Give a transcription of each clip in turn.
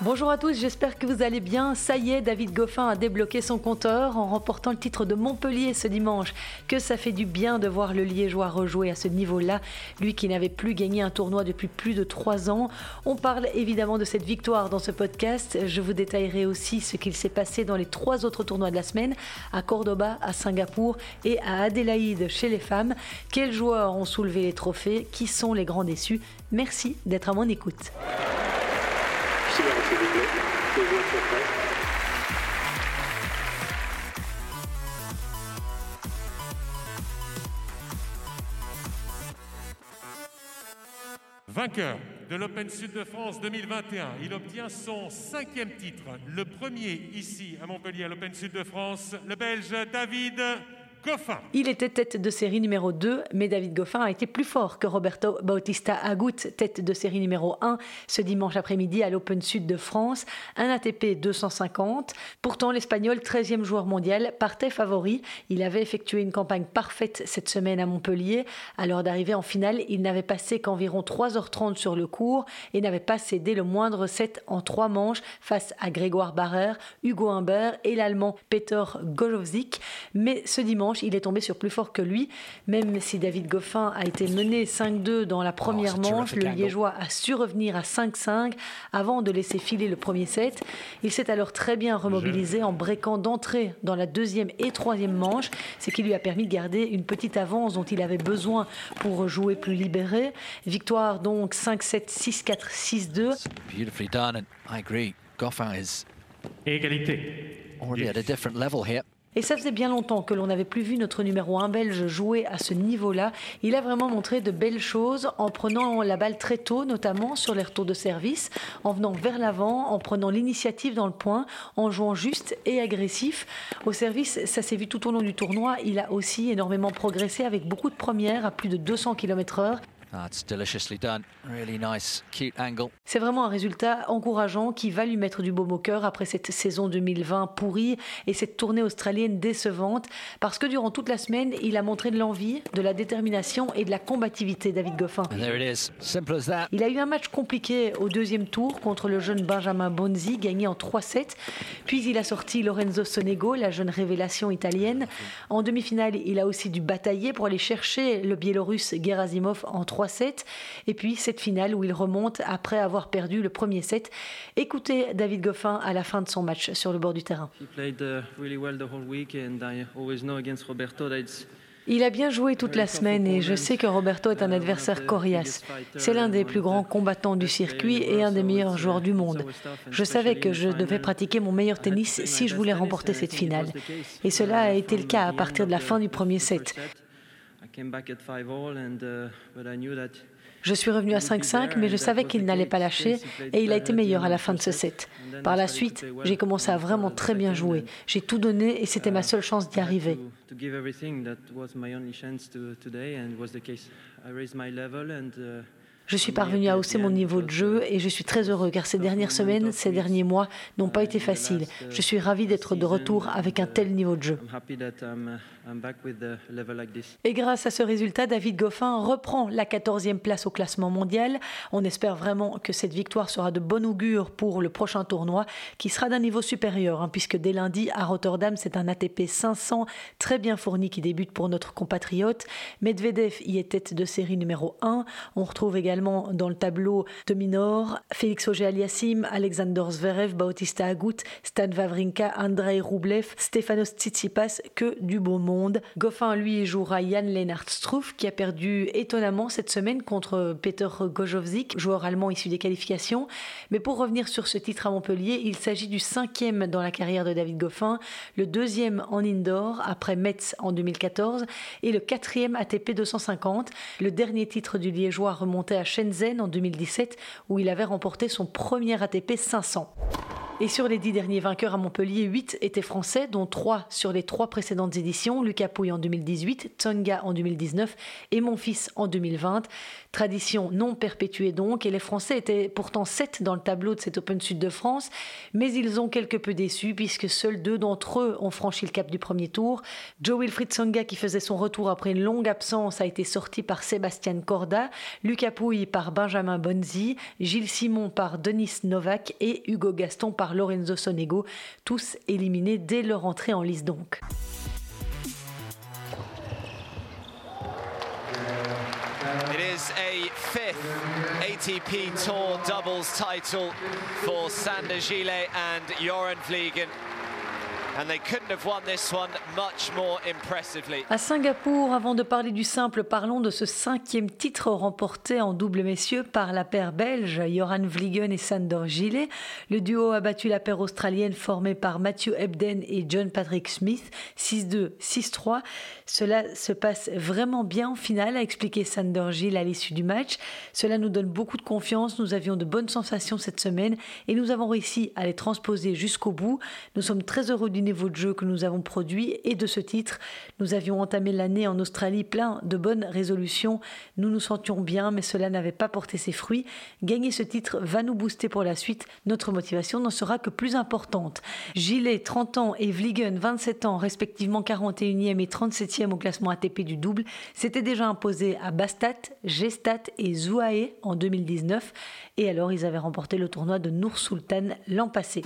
Bonjour à tous, j'espère que vous allez bien. Ça y est, David Goffin a débloqué son compteur en remportant le titre de Montpellier ce dimanche. Que ça fait du bien de voir le Liégeois rejouer à ce niveau-là, lui qui n'avait plus gagné un tournoi depuis plus de 3 ans. On parle évidemment de cette victoire dans ce podcast. Je vous détaillerai aussi ce qu'il s'est passé dans les 3 autres tournois de la semaine, à Cordoba, à Singapour et à Adélaïde chez les femmes. Quels joueurs ont soulevé les trophées? Qui sont les grands déçus? Merci d'être à mon écoute. Vainqueur de l'Open Sud de France 2021, il obtient son 5e titre, le premier ici à Montpellier à l'Open Sud de France, le Belge David Goffin. Il était tête de série numéro 2, mais David Goffin a été plus fort que Roberto Bautista Agut, tête de série numéro 1, ce dimanche après-midi à l'Open Sud de France, un ATP 250. Pourtant, l'Espagnol, 13e joueur mondial, partait favori. Il avait effectué une campagne parfaite cette semaine à Montpellier. À l'heure d'arrivée en finale, il n'avait passé qu'environ 3h30 sur le court et n'avait pas cédé le moindre set en 3 manches face à Grégoire Barrère, Hugo Humbert et l'Allemand Peter Gojowczyk. Mais ce dimanche, il est tombé sur plus fort que lui. Même si David Goffin a été mené 5-2 dans la première manche, le Liégeois a su revenir à 5-5 avant de laisser filer le premier set. Il s'est alors très bien remobilisé en breakant d'entrée dans la 2e et 3e manche, ce qui lui a permis de garder une petite avance dont il avait besoin pour jouer plus libéré. Victoire donc 5-7, 6-4, 6-2. Beautifully done, and I agree. Goffin is Égalité. already at a different level here. Et ça faisait bien longtemps que l'on n'avait plus vu notre numéro 1 belge jouer à ce niveau-là. Il a vraiment montré de belles choses en prenant la balle très tôt, notamment sur les retours de service, en venant vers l'avant, en prenant l'initiative dans le point, en jouant juste et agressif. Au service, ça s'est vu tout au long du tournoi. Il a aussi énormément progressé avec beaucoup de premières à plus de 200 km/h. It's deliciously done. Really nice, cute angle. C'est vraiment un résultat encourageant qui va lui mettre du baume au cœur après cette saison 2020 pourrie et cette tournée australienne décevante, parce que durant toute la semaine, il a montré de l'envie, de la détermination et de la combativité, David Goffin. And there it is, simple as that. Il a eu un match compliqué au 2e tour contre le jeune Benjamin Bonzi, gagné en 3-7. Puis il a sorti Lorenzo Sonego, la jeune révélation italienne. En demi-finale, il a aussi dû batailler pour aller chercher le Biélorusse Gerasimov en 3-7. Et puis cette finale où il remonte après avoir perdu le premier set. Écoutez David Goffin à la fin de son match sur le bord du terrain. Il a bien joué toute la semaine et je sais que Roberto est un adversaire coriace. C'est l'un des plus grands combattants du circuit et un des meilleurs joueurs du monde. Je savais que je devais pratiquer mon meilleur tennis si je voulais remporter cette finale. Et cela a été le cas à partir de la fin du premier set. Je suis revenu à 5-5, mais je savais qu'il n'allait pas lâcher et il a été meilleur à la fin de ce set. Par la suite, j'ai commencé à vraiment très bien jouer. J'ai tout donné et c'était ma seule chance d'y arriver. Je suis parvenu à hausser mon niveau de jeu et je suis très heureux car ces dernières semaines, ces derniers mois n'ont pas été faciles. Je suis ravi d'être de retour avec un tel niveau de jeu. Et grâce à ce résultat, David Goffin reprend la 14e place au classement mondial. On espère vraiment que cette victoire sera de bon augure pour le prochain tournoi qui sera d'un niveau supérieur, puisque dès lundi à Rotterdam, c'est un ATP 500 très bien fourni qui débute pour notre compatriote. Medvedev y est tête de série numéro 1. On retrouve également dans le tableau de Minor, Félix Auger-Aliassime, Alexander Zverev, Bautista Agut, Stan Wawrinka, Andrei Rublev, Stefanos Tsitsipas, que du beau monde. Goffin, lui, jouera Jan-Lennard Struff, qui a perdu étonnamment cette semaine contre Peter Gojowczyk, joueur allemand issu des qualifications. Mais pour revenir sur ce titre à Montpellier, il s'agit du 5e dans la carrière de David Goffin, le 2e en indoor après Metz en 2014 et le 4e ATP 250. Le dernier titre du Liégeois remontait à Shenzhen en 2017 où il avait remporté son premier ATP 500. Et sur les 10 derniers vainqueurs à Montpellier, 8 étaient français, dont 3 sur les 3 précédentes éditions, Lucas Pouille en 2018, Tsonga en 2019 et Monfils en 2020. Tradition non perpétuée donc, et les Français étaient pourtant 7 dans le tableau de cet Open Sud de France, mais ils ont quelque peu déçus puisque seuls 2 d'entre eux ont franchi le cap du premier tour. Jo-Wilfried Tsonga, qui faisait son retour après une longue absence, a été sorti par Sébastien Corda, Lucas Pouille par Benjamin Bonzi, Gilles Simon par Denis Novak et Hugo Gaston par Lorenzo Sonego, tous éliminés dès leur entrée en lice donc. It is a 5th ATP Tour doubles title for Sander Gillet and Joran Vliegen. And they couldn't have won this one much more impressively. À Singapour, avant de parler du simple, parlons de ce 5e titre remporté en double messieurs par la paire belge Joran Vliegen et Sander Gillet. Le duo a battu la paire australienne formée par Matthew Ebden et John Patrick Smith, 6-2, 6-3. Cela se passe vraiment bien en finale, a expliqué Sander Gillet à l'issue du match. Cela nous donne beaucoup de confiance, nous avions de bonnes sensations cette semaine et nous avons réussi à les transposer jusqu'au bout. Nous sommes très heureux du niveau de jeu que nous avons produit et de ce titre. Nous avions entamé l'année en Australie plein de bonnes résolutions. Nous nous sentions bien, mais cela n'avait pas porté ses fruits. Gagner ce titre va nous booster pour la suite. Notre motivation n'en sera que plus importante. Gillet, 30 ans, et Vliegen, 27 ans, respectivement 41e et 37e au classement ATP du double, s'étaient déjà imposés à Bastat, Gestat et Zouaé en 2019. Et alors, ils avaient remporté le tournoi de Nur-Sultan l'an passé.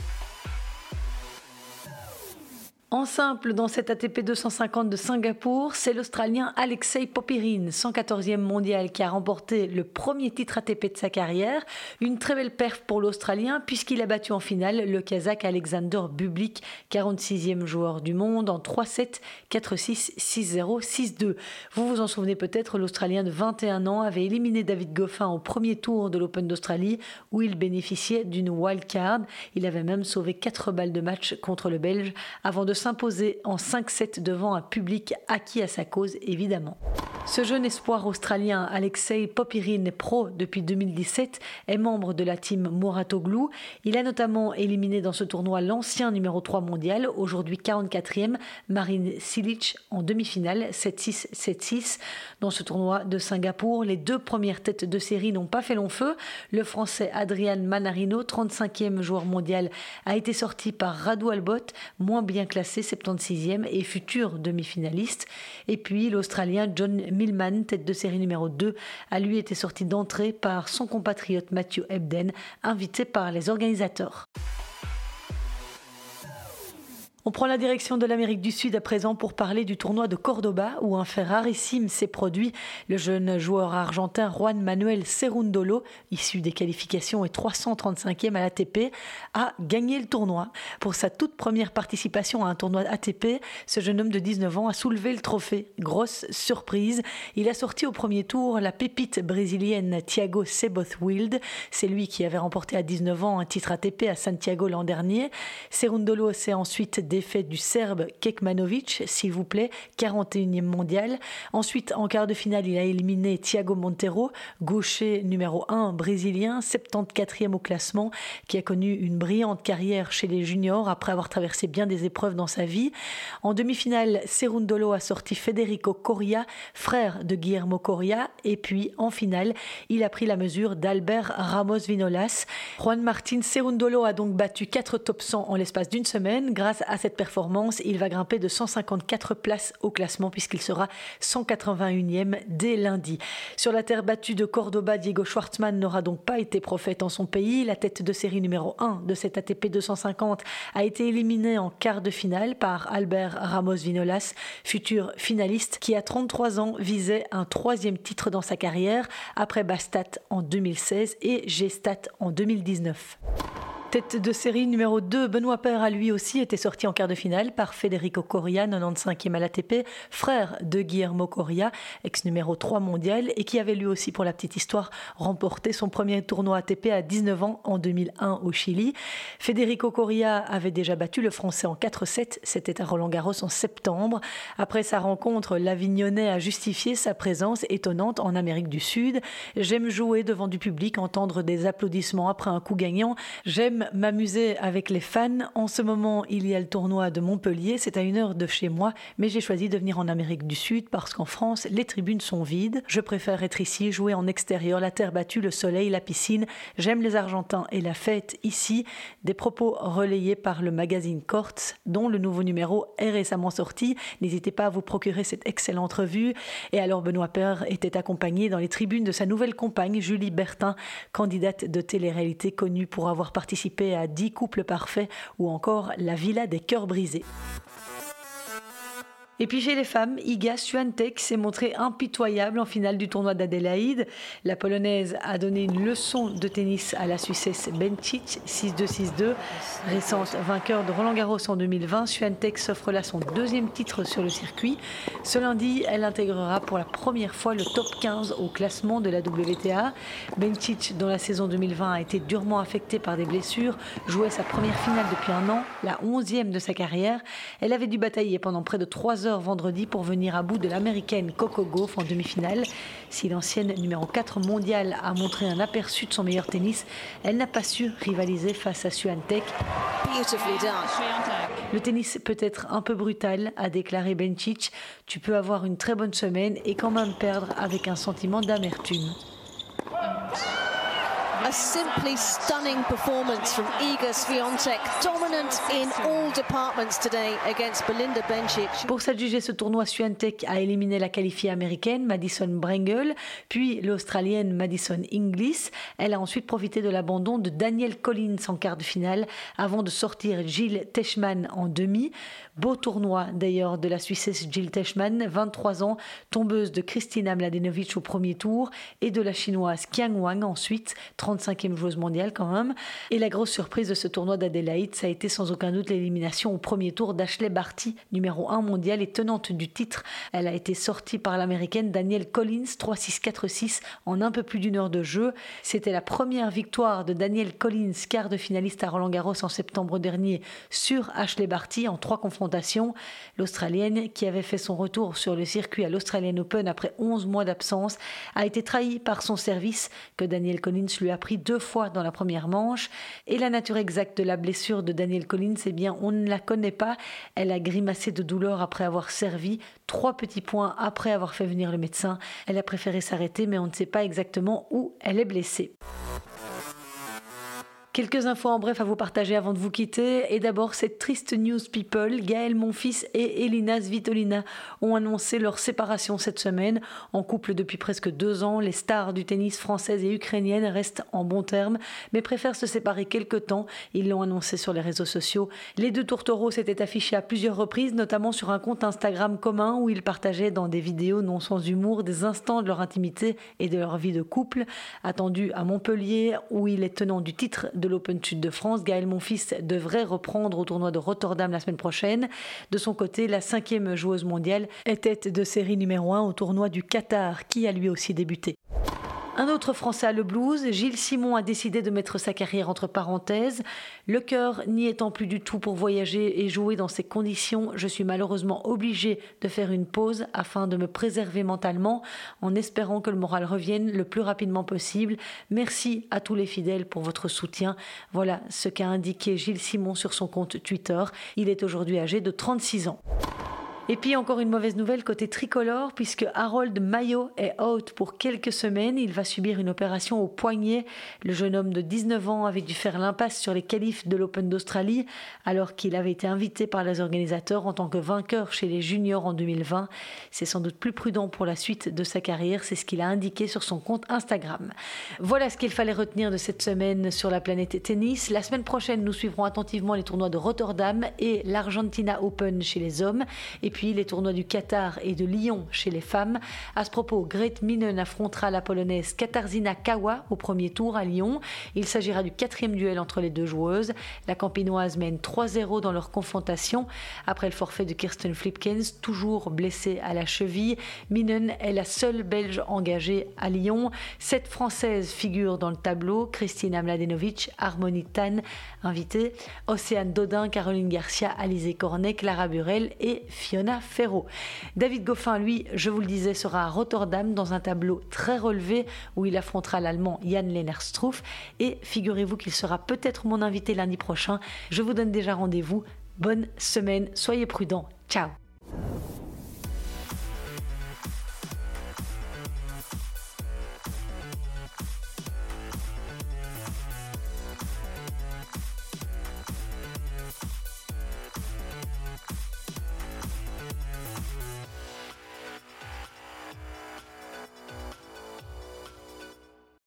En simple, dans cet ATP 250 de Singapour, c'est l'Australien Alexei Popyrin, 114e mondial, qui a remporté le premier titre ATP de sa carrière. Une très belle perf pour l'Australien, puisqu'il a battu en finale le Kazakh Alexander Bublik, 46e joueur du monde, en 3-7, 4-6, 6-0, 6-2. Vous vous en souvenez peut-être, l'Australien de 21 ans avait éliminé David Goffin au premier tour de l'Open d'Australie, où il bénéficiait d'une wildcard. Il avait même sauvé 4 balles de match contre le Belge, avant de s'imposer en 5-7 devant un public acquis à sa cause, évidemment. Ce jeune espoir australien, Alexei Popyrin, pro depuis 2017, est membre de la team Mouratoglou. Il a notamment éliminé dans ce tournoi l'ancien numéro 3 mondial, aujourd'hui 44e, Marin Cilic, en demi-finale, 7-6, 7-6. Dans ce tournoi de Singapour, les 2 premières têtes de série n'ont pas fait long feu. Le français Adrian Manarino, 35e joueur mondial, a été sorti par Radu Albot, moins bien classé, 76e et futur demi-finaliste. Et puis l'Australien John Millman, tête de série numéro 2, a lui été sorti d'entrée par son compatriote Matthew Ebden, invité par les organisateurs. On prend la direction de l'Amérique du Sud à présent pour parler du tournoi de Cordoba où un fait rarissime s'est produit. Le jeune joueur argentin Juan Manuel Cerundolo, issu des qualifications et 335e à l'ATP, a gagné le tournoi. Pour sa toute première participation à un tournoi ATP, ce jeune homme de 19 ans a soulevé le trophée. Grosse surprise, il a sorti au premier tour la pépite brésilienne Thiago Sebothwild. C'est lui qui avait remporté à 19 ans un titre ATP à Santiago l'an dernier. Cerundolo s'est ensuite défaite du Serbe Kekmanovic, s'il vous plaît, 41e mondial. Ensuite, en quart de finale, il a éliminé Thiago Monteiro, gaucher numéro 1 brésilien, 74e au classement, qui a connu une brillante carrière chez les juniors après avoir traversé bien des épreuves dans sa vie. En demi-finale, Cerundolo a sorti Federico Coria, frère de Guillermo Coria, et puis en finale, il a pris la mesure d'Albert Ramos Vinolas. Juan Martín Cerundolo a donc battu 4 top 100 en l'espace d'une semaine. Grâce à cette performance, il va grimper de 154 places au classement puisqu'il sera 181e dès lundi. Sur la terre battue de Cordoba, Diego Schwartzmann n'aura donc pas été prophète en son pays. La tête de série numéro 1 de cette ATP 250 a été éliminée en quart de finale par Albert Ramos Vinolas, futur finaliste qui à 33 ans visait un 3e titre dans sa carrière après Bastat en 2016 et Gestat en 2019. Tête de série numéro 2, Benoît Paire a lui aussi été sorti en quart de finale par Federico Coria, 95e à l'ATP, frère de Guillermo Coria, ex-numéro 3 mondial, et qui avait lui aussi, pour la petite histoire, remporté son premier tournoi ATP à 19 ans en 2001 au Chili. Federico Coria avait déjà battu le Français en 4-7, c'était à Roland-Garros en septembre. Après sa rencontre, l'Avignonnais a justifié sa présence étonnante en Amérique du Sud. J'aime jouer devant du public, entendre des applaudissements après un coup gagnant. J'aime J'aime m'amuser avec les fans. En ce moment, il y a le tournoi de Montpellier. C'est à 1 heure de chez moi, mais j'ai choisi de venir en Amérique du Sud parce qu'en France, les tribunes sont vides. Je préfère être ici, jouer en extérieur, la terre battue, le soleil, la piscine. J'aime les Argentins et la fête ici. Des propos relayés par le magazine Courts, dont le nouveau numéro est récemment sorti. N'hésitez pas à vous procurer cette excellente revue. Et alors Benoît Paire était accompagné dans les tribunes de sa nouvelle compagne, Julie Bertin, candidate de télé-réalité connue pour avoir participé à 10 couples parfaits ou encore La Villa des cœurs brisés. Et puis chez les femmes, Iga Swiatek s'est montrée impitoyable en finale du tournoi d'Adélaïde. La Polonaise a donné une leçon de tennis à la Suissesse Bencic, 6-2, 6-2. Récente vainqueur de Roland-Garros en 2020, Swiatek s'offre là son 2e titre sur le circuit. Ce lundi, elle intégrera pour la première fois le top 15 au classement de la WTA. Bencic, dont la saison 2020 a été durement affectée par des blessures, jouait sa première finale depuis 1 an, la 11e de sa carrière. Elle avait dû batailler pendant près de 3 heures vendredi pour venir à bout de l'américaine Coco Gauff en demi-finale. Si l'ancienne numéro 4 mondiale a montré un aperçu de son meilleur tennis, elle n'a pas su rivaliser face à Swiatek. Le tennis peut être un peu brutal, a déclaré Bencic. Tu peux avoir une très bonne semaine et quand même perdre avec un sentiment d'amertume. A simply stunning performance from Iga Swiatek, dominant in all departments today against Belinda Bencic. Pour s'adjuger ce tournoi, Swiatek a éliminé la qualifiée américaine Madison Brengle, puis l'Australienne Madison Inglis. Elle a ensuite profité de l'abandon de Danielle Collins en quart de finale avant de sortir Jil Teichmann en demi. Beau tournoi d'ailleurs de la Suissesse Jil Teichmann, 23 ans, tombeuse de Kristina Mladenovic au premier tour et de la Chinoise Qiang Wang ensuite, 35e joueuse mondiale quand même. Et la grosse surprise de ce tournoi d'Adélaïde, ça a été sans aucun doute l'élimination au premier tour d'Ashley Barty, numéro 1 mondiale et tenante du titre. Elle a été sortie par l'américaine Danielle Collins, 3-6, 4-6 en un peu plus d'1 heure de jeu. C'était la première victoire de Danielle Collins, quart de finaliste à Roland-Garros en septembre dernier, sur Ashley Barty en 3 confrontations. L'Australienne, qui avait fait son retour sur le circuit à l'Australian Open après 11 mois d'absence, a été trahie par son service que Danielle Collins lui a pris 2 fois dans la première manche. Et la nature exacte de la blessure de Danielle Collins, eh bien, on ne la connaît pas. Elle a grimacé de douleur après avoir servi, 3 petits points après avoir fait venir le médecin. Elle a préféré s'arrêter, mais on ne sait pas exactement où elle est blessée. Quelques infos en bref à vous partager avant de vous quitter. Et d'abord, cette triste news people. Gaël Monfils et Elina Svitolina ont annoncé leur séparation cette semaine. En couple depuis presque 2 ans, les stars du tennis françaises et ukrainiennes restent en bons termes, mais préfèrent se séparer quelque temps. Ils l'ont annoncé sur les réseaux sociaux. Les 2 tourtereaux s'étaient affichés à plusieurs reprises, notamment sur un compte Instagram commun où ils partageaient dans des vidéos non sans humour des instants de leur intimité et de leur vie de couple. Attendu à Montpellier, où il est tenant du titre de l'Open Sud de France, Gaël Monfils devrait reprendre au tournoi de Rotterdam la semaine prochaine. De son côté, la 5e joueuse mondiale est tête de série numéro 1 au tournoi du Qatar, qui a lui aussi débuté. Un autre Français a le blues, Gilles Simon a décidé de mettre sa carrière entre parenthèses. Le cœur n'y étant plus du tout pour voyager et jouer dans ces conditions, je suis malheureusement obligée de faire une pause afin de me préserver mentalement, en espérant que le moral revienne le plus rapidement possible. Merci à tous les fidèles pour votre soutien. Voilà ce qu'a indiqué Gilles Simon sur son compte Twitter. Il est aujourd'hui âgé de 36 ans. Et puis encore une mauvaise nouvelle côté tricolore, puisque Harold Maillot est out pour quelques semaines. Il va subir une opération au poignet. Le jeune homme de 19 ans avait dû faire l'impasse sur les qualifs de l'Open d'Australie, alors qu'il avait été invité par les organisateurs en tant que vainqueur chez les juniors en 2020. C'est sans doute plus prudent pour la suite de sa carrière, c'est ce qu'il a indiqué sur son compte Instagram. Voilà ce qu'il fallait retenir de cette semaine sur la planète tennis. La semaine prochaine, nous suivrons attentivement les tournois de Rotterdam et l'Argentina Open chez les hommes. Et puis les tournois du Qatar et de Lyon chez les femmes. À ce propos, Grete Minen affrontera la Polonaise Katarzyna Kawa au premier tour à Lyon. Il s'agira du 4e duel entre les 2 joueuses. La Campinoise mène 3-0 dans leur confrontation. Après le forfait de Kirsten Flipkens, toujours blessée à la cheville, Minen est la seule Belge engagée à Lyon. 7 Françaises figurent dans le tableau. Kristina Mladenovic, Harmonie Tan, invitée, Océane Dodin, Caroline Garcia, Alizé Cornet, Clara Burel et Fiona Serena Ferro. David Goffin, lui, je vous le disais, sera à Rotterdam dans un tableau très relevé où il affrontera l'Allemand Jan-Lennart Struff. Et figurez-vous qu'il sera peut-être mon invité lundi prochain. Je vous donne déjà rendez-vous. Bonne semaine, soyez prudents. Ciao.